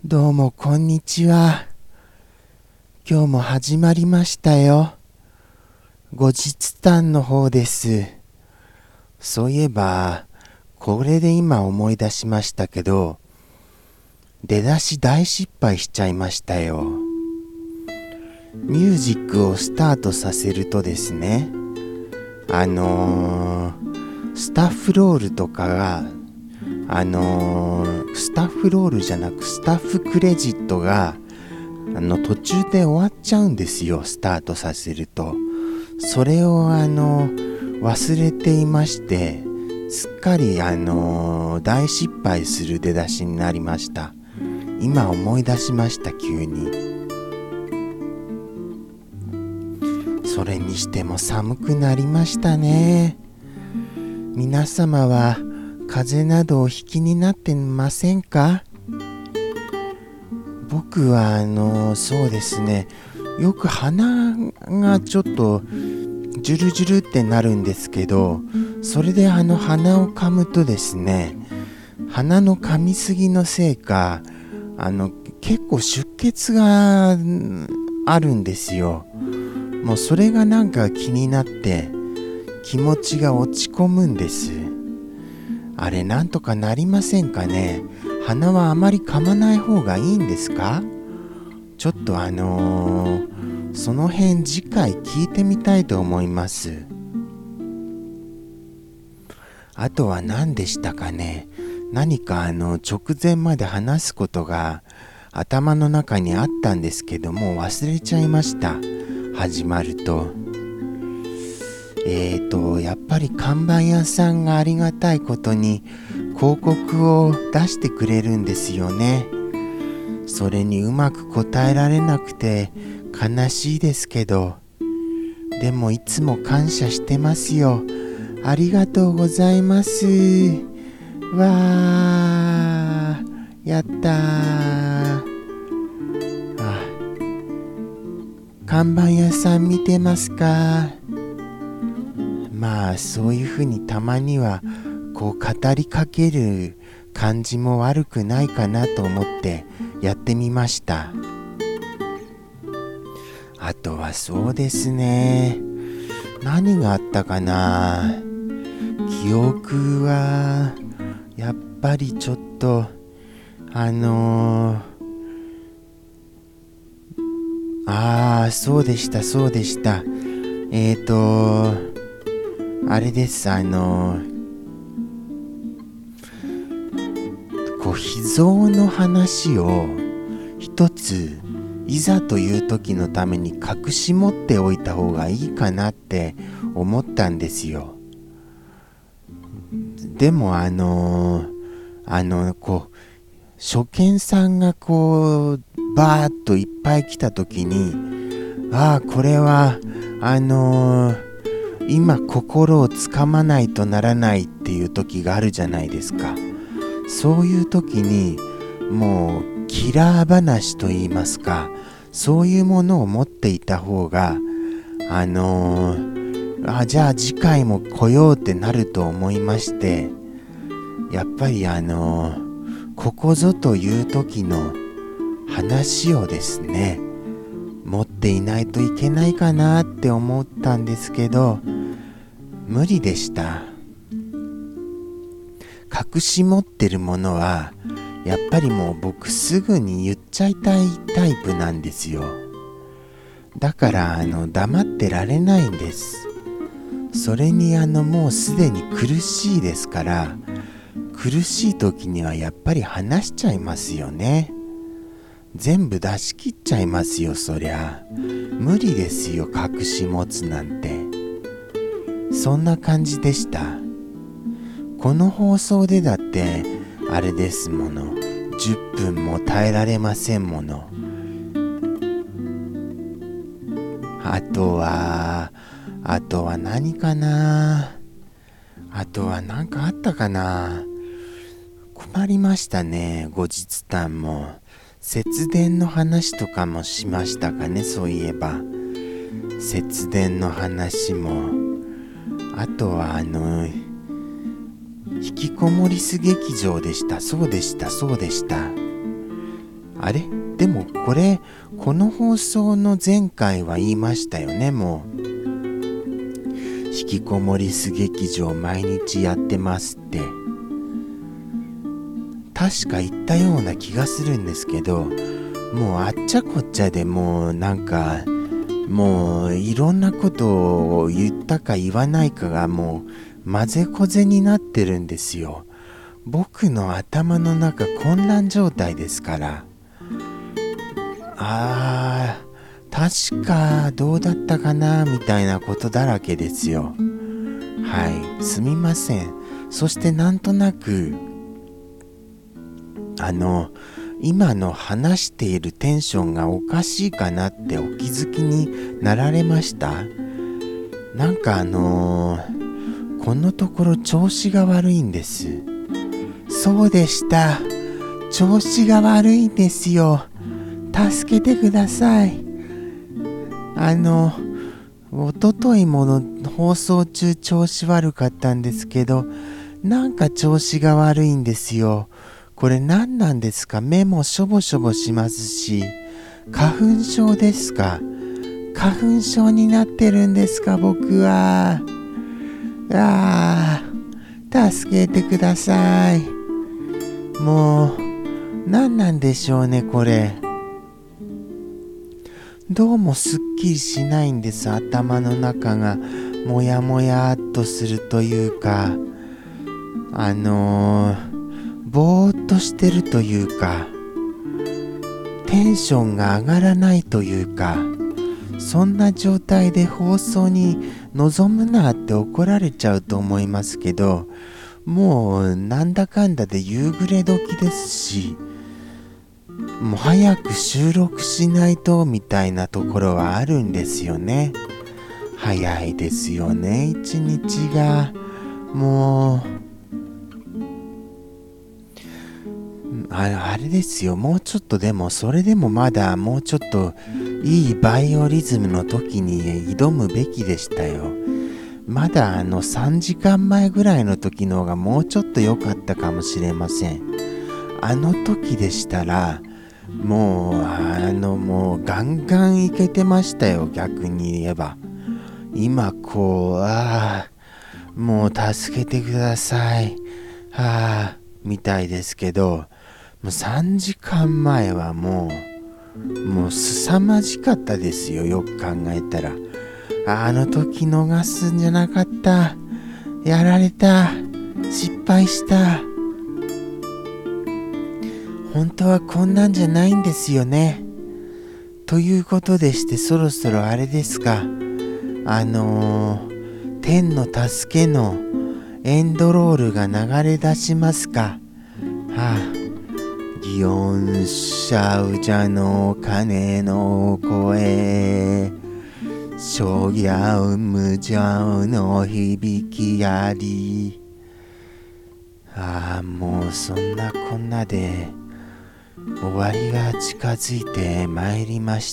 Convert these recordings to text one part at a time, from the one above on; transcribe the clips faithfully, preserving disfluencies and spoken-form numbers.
どうもこんにちは。今日も始まりましたよ。後日談の方です。そういえば、これで今思い出しましたけど、出だし大失敗しちゃいましたよ。ミュージックをスタートさせるとですね、あのー、スタッフロールとかが、あのー、スタッフロールじゃなくスタッフクレジットがあの途中で終わっちゃうんですよ。スタートさせるとそれをあの忘れていまして、すっかりあの大失敗する出だしになりました。今思い出しました。急に。それにしても寒くなりましたね。皆様は風邪などおひきになってませんか？僕はあのそうですね、よく鼻がちょっとジュルジュルってなるんですけど、それであの鼻を噛むとですね、鼻の噛みすぎのせいか、あの結構出血があるんですよ。もうそれがなんか気になって気持ちが落ち込むんです。あれなんとかなりませんかね。鼻はあまり噛まない方がいいんですか？ちょっとあのー、その辺次回聞いてみたいと思います。あとは何でしたかね。何かあの直前まで話すことが頭の中にあったんですけども忘れちゃいました。始まるとえーとやっぱり看板屋さんがありがたいことに広告を出してくれるんですよね。それにうまく答えられなくて悲しいですけど、でもいつも感謝してますよ。ありがとうございます。わー、やったー。あ、看板屋さん見てますか？まあそういうふうにたまにはこう語りかける感じも悪くないかなと思ってやってみました。あとはそうですね、何があったかな。記憶はやっぱりちょっとあのー、ああそうでしたそうでしたえーとあれです。あのーこう秘蔵の話を一ついざという時のために隠し持っておいた方がいいかなって思ったんですよ。でもあのー、あのこう初見さんがこうバーッといっぱい来た時に、ああこれはあのー、今心をつかまないとならないっていう時があるじゃないですか。そういう時にもうキラー話と言いますか、そういうものを持っていた方があのー、あじゃあ次回も来ようってなると思いまして、やっぱりあのー、ここぞという時の話をですね持っていないといけないかなって思ったんですけど、無理でした。隠し持ってるものはやっぱりもう僕すぐに言っちゃいたいタイプなんですよ。だからあの黙ってられないんです。それにあのもうすでに苦しいですから、苦しい時にはやっぱり話しちゃいますよね。全部出し切っちゃいますよ。そりゃ無理ですよ、隠し持つなんて。そんな感じでした。この放送でだってあれですもの、じゅっぷんも耐えられませんもの。あとはあとは何かな。あとは何かあったかな。困りましたね。後日談も節電の話とかもしましたかね。そういえば節電の話も、あとはあの引きこもりす劇場でした。そうでしたそうでした。 あれでもこれ、この放送の前回は言いましたよね、もう。引きこもりす劇場毎日やってますって。確か言ったような気がするんですけど、もうあっちゃこっちゃでもうなんか、もういろんなことを言ったか言わないかがもう混ぜこぜになってるんですよ。僕の頭の中混乱状態ですから。あー、確かどうだったかなみたいなことだらけですよ。はい、すみません。そしてなんとなくあの今の話しているテンションがおかしいかなってお気づきになられました？なんかあのー、このところ調子が悪いんです。そうでした。調子が悪いんですよ。助けてください。あのおとといもの放送中調子悪かったんですけど、なんか調子が悪いんですよ。これ何なんですか？目もしょぼしょぼしますし、花粉症ですか？花粉症になってるんですか？僕は。ああ、助けてください。もう何なんでしょうね、これ。どうもすっきりしないんです。頭の中がもやもやっとするというか、あのー、ぼーっとしてるというか、テンションが上がらないというか、そんな状態で放送に臨むなって怒られちゃうと思いますけど、もうなんだかんだで夕暮れ時ですし、もう早く収録しないとみたいなところはあるんですよね。早いですよね、一日が。もうあれ、あれですよ、もうちょっとでもそれでもまだもうちょっといいバイオリズムの時に挑むべきでしたよ。まだあのさんじかんまえぐらいの時の方がもうちょっと良かったかもしれません。あの時でしたらもうあのもうガンガンいけてましたよ。逆に言えば今こう、ああもう助けてください、ああみたいですけど、もうさんじかんまえはもうもう凄まじかったですよ。よく考えたら、あの時逃すんじゃなかった、やられた、失敗した、本当はこんなんじゃないんですよね。ということでして、そろそろあれですか、あのー、天の助けのエンドロールが流れ出しますか。はあ、祇園精舎の鐘の声、正夜無常の響きあり。ああ、もうそんなこんなで終わりが近づいてまいりました。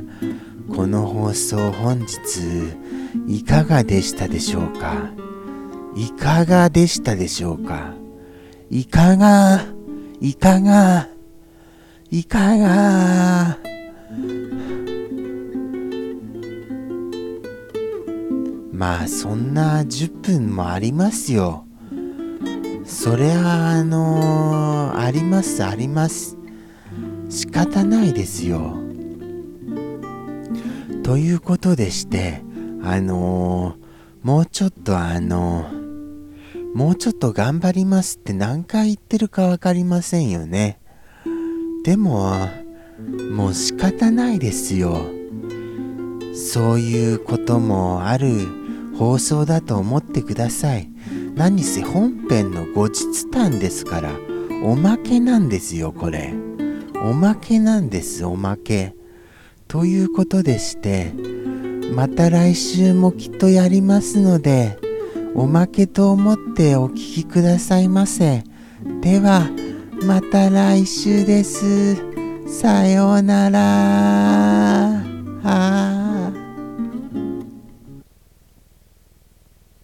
この放送本日いかがでしたでしょうか。いかがでしたでしょうか。いかがいかがいかがまあそんなじゅっぷんもありますよ。そりゃあのー、ありますあります。仕方ないですよ。ということでして、あのー、もうちょっとあのー、もうちょっと頑張りますって何回言ってるか分かりませんよね。でももう仕方ないですよ。そういうこともある放送だと思ってください。何せ本編の後日談ですから、おまけなんですよ。これおまけなんです、おまけ。ということでして、また来週もきっとやりますので、おまけと思ってお聞きくださいませ。ではまた来週です。さようなら。はーい。